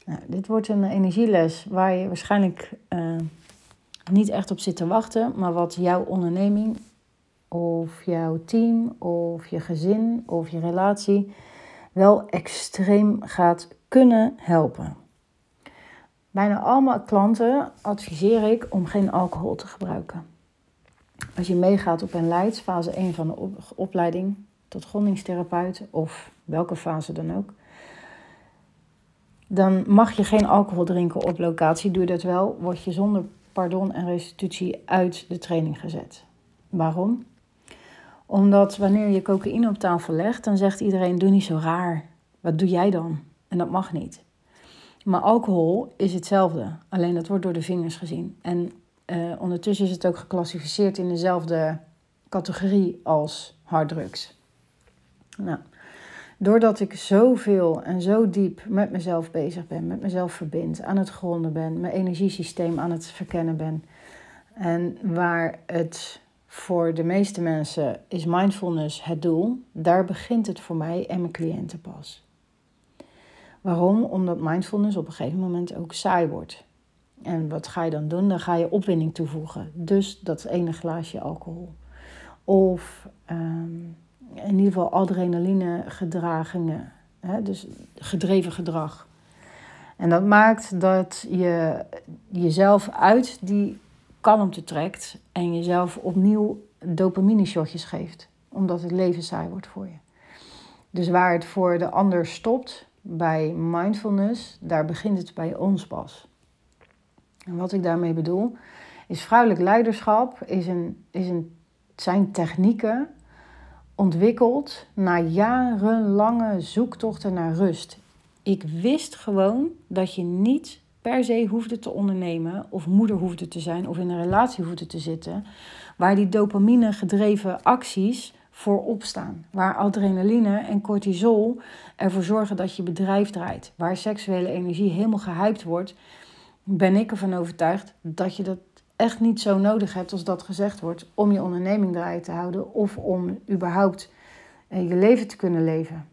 Nou, dit wordt een energieles waar je waarschijnlijk niet echt op zit te wachten, maar wat jouw onderneming of jouw team of je gezin of je relatie wel extreem gaat kunnen helpen. Bijna allemaal klanten adviseer ik om geen alcohol te gebruiken. Als je meegaat op een Leids, fase 1 van de opleiding tot grondingstherapeut of welke fase dan ook, dan mag je geen alcohol drinken op locatie. Doe je dat wel, word je zonder pardon en restitutie uit de training gezet. Waarom? Omdat wanneer je cocaïne op tafel legt, dan zegt iedereen, doe niet zo raar. Wat doe jij dan? En dat mag niet. Maar alcohol is hetzelfde, alleen dat wordt door de vingers gezien. En ondertussen is het ook geclassificeerd in dezelfde categorie als harddrugs. Nou, doordat ik zoveel en zo diep met mezelf bezig ben, met mezelf verbind, aan het gronden ben, mijn energiesysteem aan het verkennen ben. En waar het voor de meeste mensen is mindfulness het doel, daar begint het voor mij en mijn cliënten pas. Waarom? Omdat mindfulness op een gegeven moment ook saai wordt. En wat ga je dan doen? Dan ga je opwinding toevoegen. Dus dat ene glaasje alcohol. Of in ieder geval adrenaline gedragingen. Dus gedreven gedrag. En dat maakt dat je jezelf uit die kalmte trekt. En jezelf opnieuw dopamine shotjes geeft. Omdat het leven saai wordt voor je. Dus waar het voor de ander stopt bij mindfulness, daar begint het bij ons pas. En wat ik daarmee bedoel, is vrouwelijk leiderschap zijn technieken ontwikkeld na jarenlange zoektochten naar rust. Ik wist gewoon dat je niet per se hoefde te ondernemen of moeder hoefde te zijn of in een relatie hoefde te zitten, waar die dopamine gedreven acties voor opstaan. Waar adrenaline en cortisol ervoor zorgen dat je bedrijf draait. Waar seksuele energie helemaal gehyped wordt, ben ik ervan overtuigd dat je dat echt niet zo nodig hebt als dat gezegd wordt om je onderneming draaiend te houden of om überhaupt je leven te kunnen leven.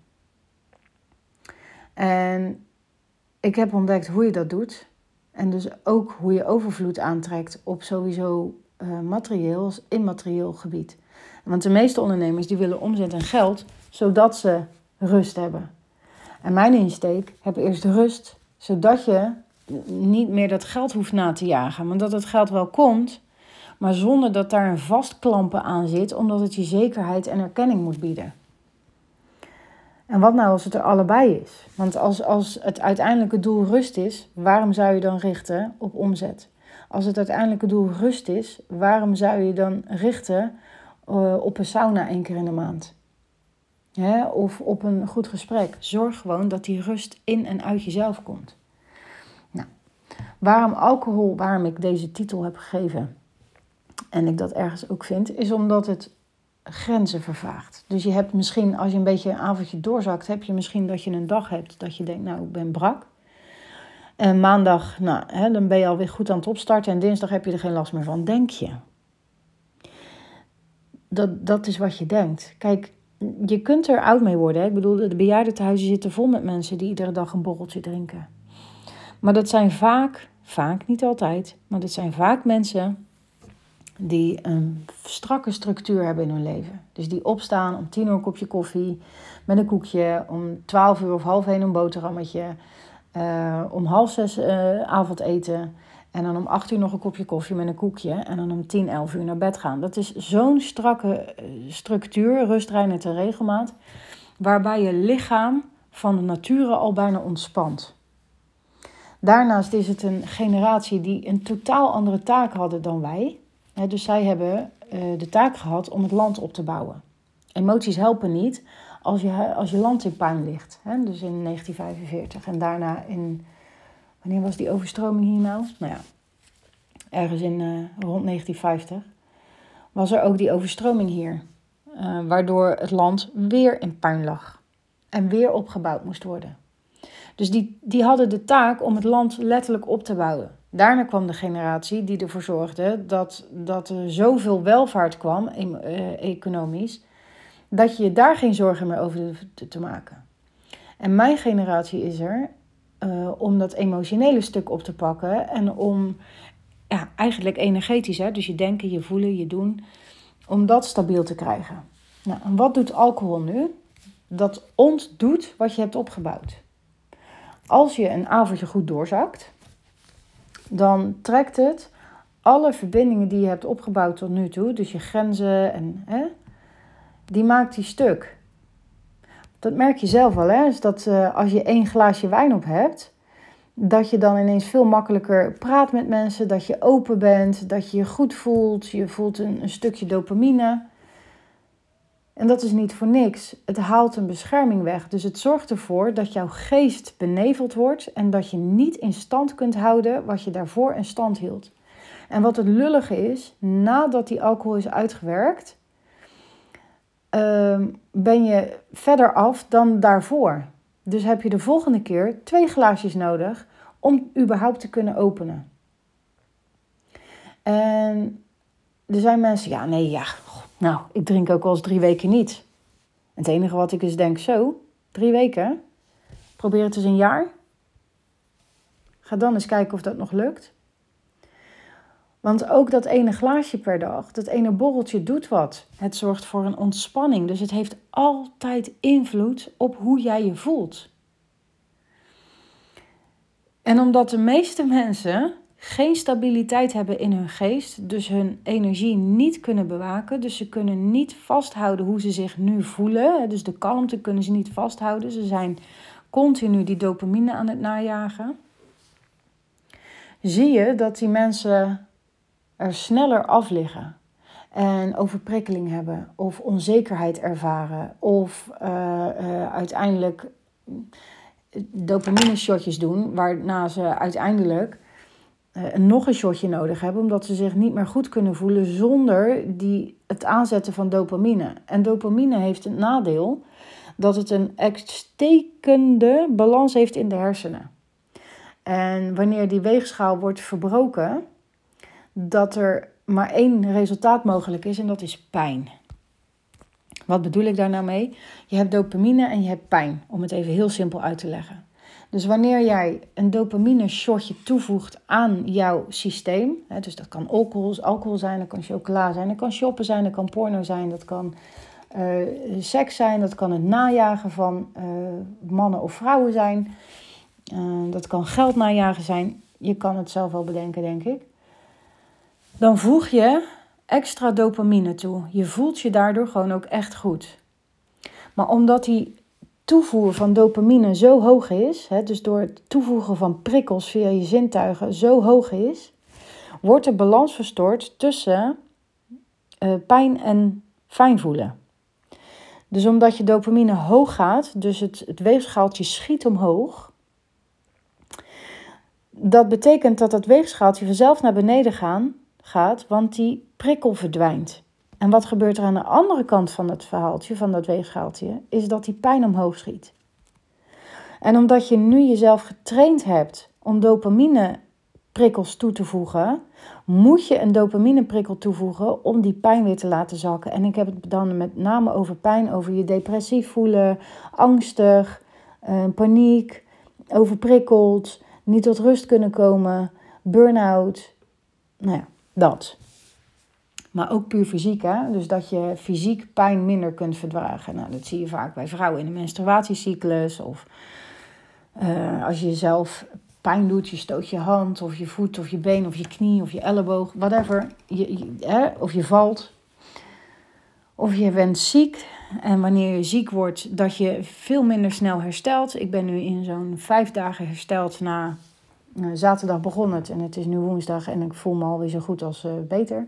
En ik heb ontdekt hoe je dat doet en dus ook hoe je overvloed aantrekt op sowieso materieel als immaterieel gebied. Want de meeste ondernemers die willen omzet en geld zodat ze rust hebben. En mijn insteek, heb eerst rust zodat je niet meer dat geld hoeft na te jagen. Maar dat het geld wel komt, maar zonder dat daar een vastklampen aan zit, omdat het je zekerheid en erkenning moet bieden. En wat nou als het er allebei is? Want als het uiteindelijke doel rust is, waarom zou je dan richten op omzet? Als het uiteindelijke doel rust is, waarom zou je dan richten op een sauna 1 keer in de maand? Of op een goed gesprek? Zorg gewoon dat die rust in en uit jezelf komt. Nou, waarom alcohol, waarom ik deze titel heb gegeven en ik dat ergens ook vind, is omdat het grenzen vervaagt. Dus je hebt misschien, als je een beetje een avondje doorzakt, heb je misschien dat je een dag hebt dat je denkt, nou, ik ben brak. En maandag, dan ben je alweer goed aan het opstarten en dinsdag heb je er geen last meer van, denk je. Dat is wat je denkt. Kijk, je kunt er oud mee worden. Hè? Ik bedoel, de bejaardentehuizen zitten vol met mensen die iedere dag een borreltje drinken. Maar dat zijn vaak, niet altijd, maar dat zijn vaak mensen die een strakke structuur hebben in hun leven. Dus die opstaan om 10 uur een kopje koffie met een koekje, om 12 uur of 12:30 een boterhammetje, om 5:30 avondeten en dan om 8 uur nog een kopje koffie met een koekje en dan om 10, 11 uur naar bed gaan. Dat is zo'n strakke structuur, rust, reinheid en regelmaat, waarbij je lichaam van de nature al bijna ontspant. Daarnaast is het een generatie die een totaal andere taak hadden dan wij. Dus zij hebben de taak gehad om het land op te bouwen. Emoties helpen niet als je land in puin ligt. Dus in 1945 en daarna wanneer was die overstroming hier nou? Nou ja, ergens rond 1950 was er ook die overstroming hier. Waardoor het land weer in puin lag en weer opgebouwd moest worden. Dus die hadden de taak om het land letterlijk op te bouwen. Daarna kwam de generatie die ervoor zorgde dat er zoveel welvaart kwam, economisch, dat je daar geen zorgen meer over hoefde te maken. En mijn generatie is er om dat emotionele stuk op te pakken. En om eigenlijk energetisch, dus je denken, je voelen, je doen, om dat stabiel te krijgen. Nou, en wat doet alcohol nu? Dat ontdoet wat je hebt opgebouwd. Als je een avondje goed doorzakt, dan trekt het alle verbindingen die je hebt opgebouwd tot nu toe, dus je grenzen, die maakt die stuk. Dat merk je zelf wel, is dat als je 1 glaasje wijn op hebt, dat je dan ineens veel makkelijker praat met mensen, dat je open bent, dat je je goed voelt, je voelt een stukje dopamine. En dat is niet voor niks. Het haalt een bescherming weg. Dus het zorgt ervoor dat jouw geest beneveld wordt en dat je niet in stand kunt houden wat je daarvoor in stand hield. En wat het lullige is, nadat die alcohol is uitgewerkt, ben je verder af dan daarvoor. Dus heb je de volgende keer 2 glaasjes nodig om überhaupt te kunnen openen. En er zijn mensen, ik drink ook wel eens 3 weken niet. Het enige wat ik dus denk, 3 weken? Probeer het eens een jaar. Ga dan eens kijken of dat nog lukt. Want ook dat ene glaasje per dag, dat ene borreltje doet wat. Het zorgt voor een ontspanning. Dus het heeft altijd invloed op hoe jij je voelt. En omdat de meeste mensen geen stabiliteit hebben in hun geest, dus hun energie niet kunnen bewaken, dus ze kunnen niet vasthouden hoe ze zich nu voelen, dus de kalmte kunnen ze niet vasthouden, ze zijn continu die dopamine aan het najagen, zie je dat die mensen er sneller af liggen en overprikkeling hebben of onzekerheid ervaren of uiteindelijk dopamine shotjes doen, waarna ze uiteindelijk nog een shotje nodig hebben, omdat ze zich niet meer goed kunnen voelen zonder het aanzetten van dopamine. En dopamine heeft het nadeel dat het een uitstekende balans heeft in de hersenen. En wanneer die weegschaal wordt verbroken, dat er maar 1 resultaat mogelijk is en dat is pijn. Wat bedoel ik daar nou mee? Je hebt dopamine en je hebt pijn, om het even heel simpel uit te leggen. Dus wanneer jij een dopamine shotje toevoegt aan jouw systeem, dus dat kan alcohol zijn, dat kan chocola zijn, dat kan shoppen zijn, dat kan porno zijn, dat kan seks zijn, dat kan het najagen van mannen of vrouwen zijn, dat kan geld najagen zijn, je kan het zelf wel bedenken, denk ik. Dan voeg je extra dopamine toe. Je voelt je daardoor gewoon ook echt goed. Maar omdat die toevoer van dopamine zo hoog is, dus door het toevoegen van prikkels via je zintuigen zo hoog is, wordt de balans verstoord tussen pijn en fijn voelen. Dus omdat je dopamine hoog gaat, dus het weegschaaltje schiet omhoog, dat betekent dat dat weegschaaltje vanzelf naar beneden gaat, want die prikkel verdwijnt. En wat gebeurt er aan de andere kant van het verhaaltje, van dat weegschaaltje, is dat die pijn omhoog schiet. En omdat je nu jezelf getraind hebt om dopamine prikkels toe te voegen, moet je een dopamine prikkel toevoegen om die pijn weer te laten zakken. En ik heb het dan met name over pijn, over je depressief voelen, angstig, paniek, overprikkeld, niet tot rust kunnen komen, burn-out, dat. Maar ook puur fysiek, dus dat je fysiek pijn minder kunt verdragen. Nou, dat zie je vaak bij vrouwen in de menstruatiecyclus. Of als je zelf pijn doet, je stoot je hand of je voet of je been of je knie of je elleboog, whatever. Of je valt. Of je bent ziek. En wanneer je ziek wordt, dat je veel minder snel herstelt. Ik ben nu in zo'n 5 dagen hersteld na zaterdag begon het. En het is nu woensdag en ik voel me alweer zo goed als beter.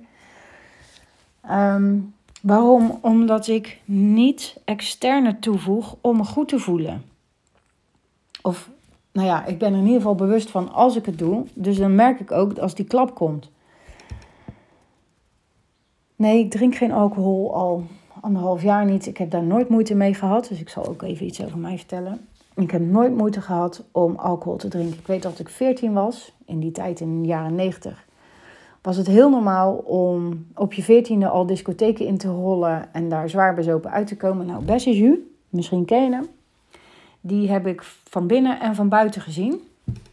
Waarom? Omdat ik niet externe toevoeg om me goed te voelen. Of, ik ben er in ieder geval bewust van als ik het doe. Dus dan merk ik ook als die klap komt. Nee, ik drink geen alcohol al 1,5 jaar niet. Ik heb daar nooit moeite mee gehad. Dus ik zal ook even iets over mij vertellen. Ik heb nooit moeite gehad om alcohol te drinken. Ik weet dat ik 14 was. In die tijd, in de jaren 90. Was het heel normaal om op je 14e al discotheken in te rollen en daar zwaar bezopen uit te komen. Nou, Besséju, misschien ken je hem. Die heb ik van binnen en van buiten gezien.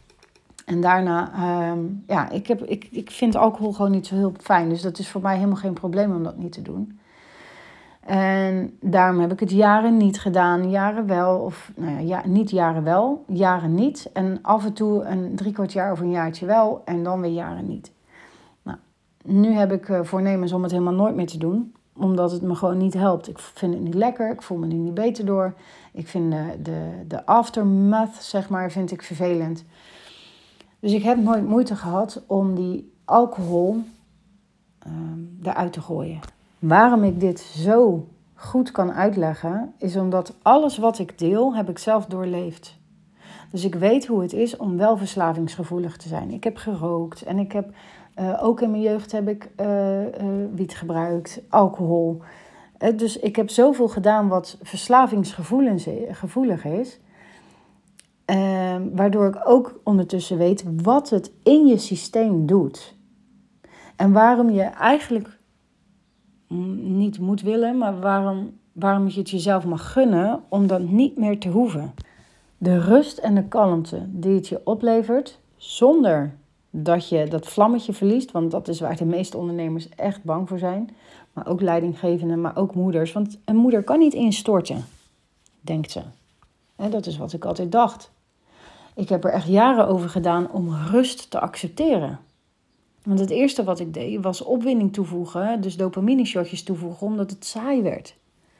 En daarna, ik vind alcohol gewoon niet zo heel fijn. Dus dat is voor mij helemaal geen probleem om dat niet te doen. En daarom heb ik het jaren niet gedaan, jaren wel. Of niet jaren wel, jaren niet. En af en toe een 3/4 jaar of een jaartje wel en dan weer jaren niet. Nou, nu heb ik voornemens om het helemaal nooit meer te doen. Omdat het me gewoon niet helpt. Ik vind het niet lekker, ik voel me er niet beter door. Ik vind de aftermath, zeg maar, vind ik vervelend. Dus ik heb nooit moeite gehad om die alcohol eruit te gooien. Waarom ik dit zo goed kan uitleggen, is omdat alles wat ik deel, heb ik zelf doorleefd. Dus ik weet hoe het is om wel verslavingsgevoelig te zijn. Ik heb gerookt en ik heb ook in mijn jeugd heb ik wiet gebruikt, alcohol. Dus ik heb zoveel gedaan wat verslavingsgevoelig is. Waardoor ik ook ondertussen weet wat het in je systeem doet. En waarom je eigenlijk niet moet willen, maar waarom je het jezelf mag gunnen om dat niet meer te hoeven. De rust en de kalmte die het je oplevert, zonder dat je dat vlammetje verliest, want dat is waar de meeste ondernemers echt bang voor zijn. Maar ook leidinggevenden, maar ook moeders. Want een moeder kan niet instorten, denkt ze. En dat is wat ik altijd dacht. Ik heb er echt jaren over gedaan om rust te accepteren. Want het eerste wat ik deed was opwinding toevoegen, dus dopamine shotjes toevoegen, omdat het saai werd.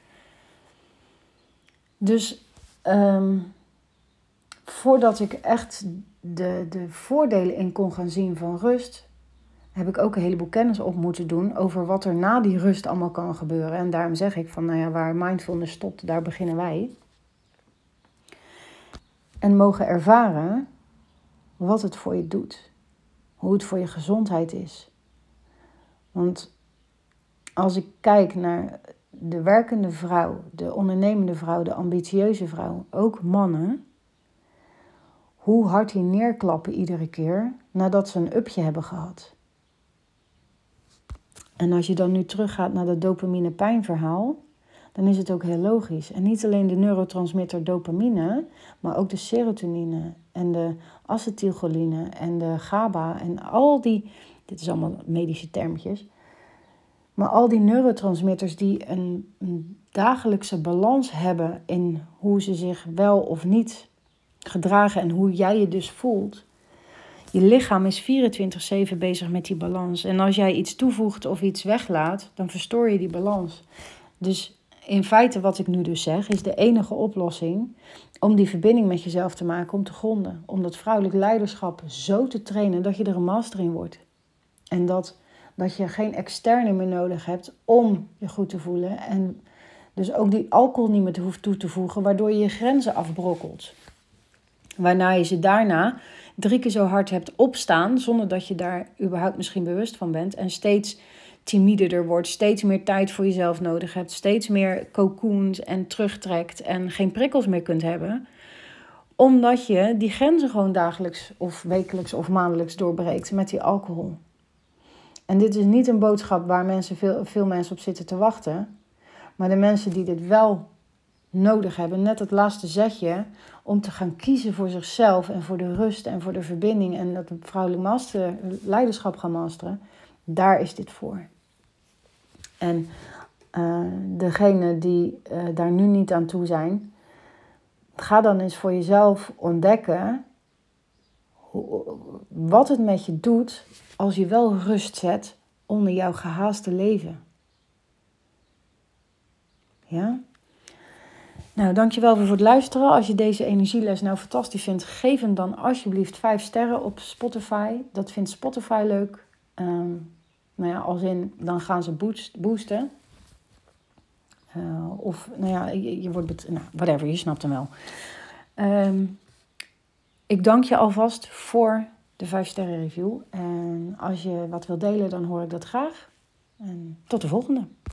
Dus voordat ik echt de voordelen in kon gaan zien van rust, heb ik ook een heleboel kennis op moeten doen over wat er na die rust allemaal kan gebeuren. En daarom zeg ik van, waar mindfulness stopt, daar beginnen wij. En mogen ervaren wat het voor je doet. Hoe het voor je gezondheid is. Want als ik kijk naar de werkende vrouw, de ondernemende vrouw, de ambitieuze vrouw, ook mannen, hoe hard die neerklappen iedere keer nadat ze een upje hebben gehad. En als je dan nu teruggaat naar dat dopamine-pijnverhaal, dan is het ook heel logisch. En niet alleen de neurotransmitter dopamine, maar ook de serotonine en de acetylcholine en de GABA en al die, dit is allemaal medische termjes, maar al die neurotransmitters die een dagelijkse balans hebben in hoe ze zich wel of niet gedragen en hoe jij je dus voelt. Je lichaam is 24/7 bezig met die balans. En als jij iets toevoegt of iets weglaat, dan verstoor je die balans. Dus in feite wat ik nu dus zeg, is de enige oplossing om die verbinding met jezelf te maken, om te gronden. Om dat vrouwelijk leiderschap zo te trainen dat je er een master in wordt. En dat je geen externe meer nodig hebt om je goed te voelen. En dus ook die alcohol niet meer hoeft toe te voegen, waardoor je je grenzen afbrokkelt. Waarna je ze daarna 3 keer zo hard hebt opstaan, zonder dat je daar überhaupt misschien bewust van bent. En steeds timiderder wordt, steeds meer tijd voor jezelf nodig hebt. Steeds meer cocoons en terugtrekt en geen prikkels meer kunt hebben. Omdat je die grenzen gewoon dagelijks of wekelijks of maandelijks doorbreekt met die alcohol. En dit is niet een boodschap waar veel mensen op zitten te wachten. Maar de mensen die dit wel nodig hebben, net het laatste zetje om te gaan kiezen voor zichzelf en voor de rust en voor de verbinding en dat vrouwelijk leiderschap gaan masteren, daar is dit voor. En degene die daar nu niet aan toe zijn, ga dan eens voor jezelf ontdekken wat het met je doet als je wel rust zet onder jouw gehaaste leven. Ja? Nou, dankjewel voor het luisteren. Als je deze energieles nou fantastisch vindt, geef hem dan alsjeblieft 5 sterren op Spotify. Dat vindt Spotify leuk. Als in, dan gaan ze boosten. Je wordt... whatever, je snapt hem wel. Ik dank je alvast voor de 5 sterren review. En als je wat wilt delen, dan hoor ik dat graag. En tot de volgende.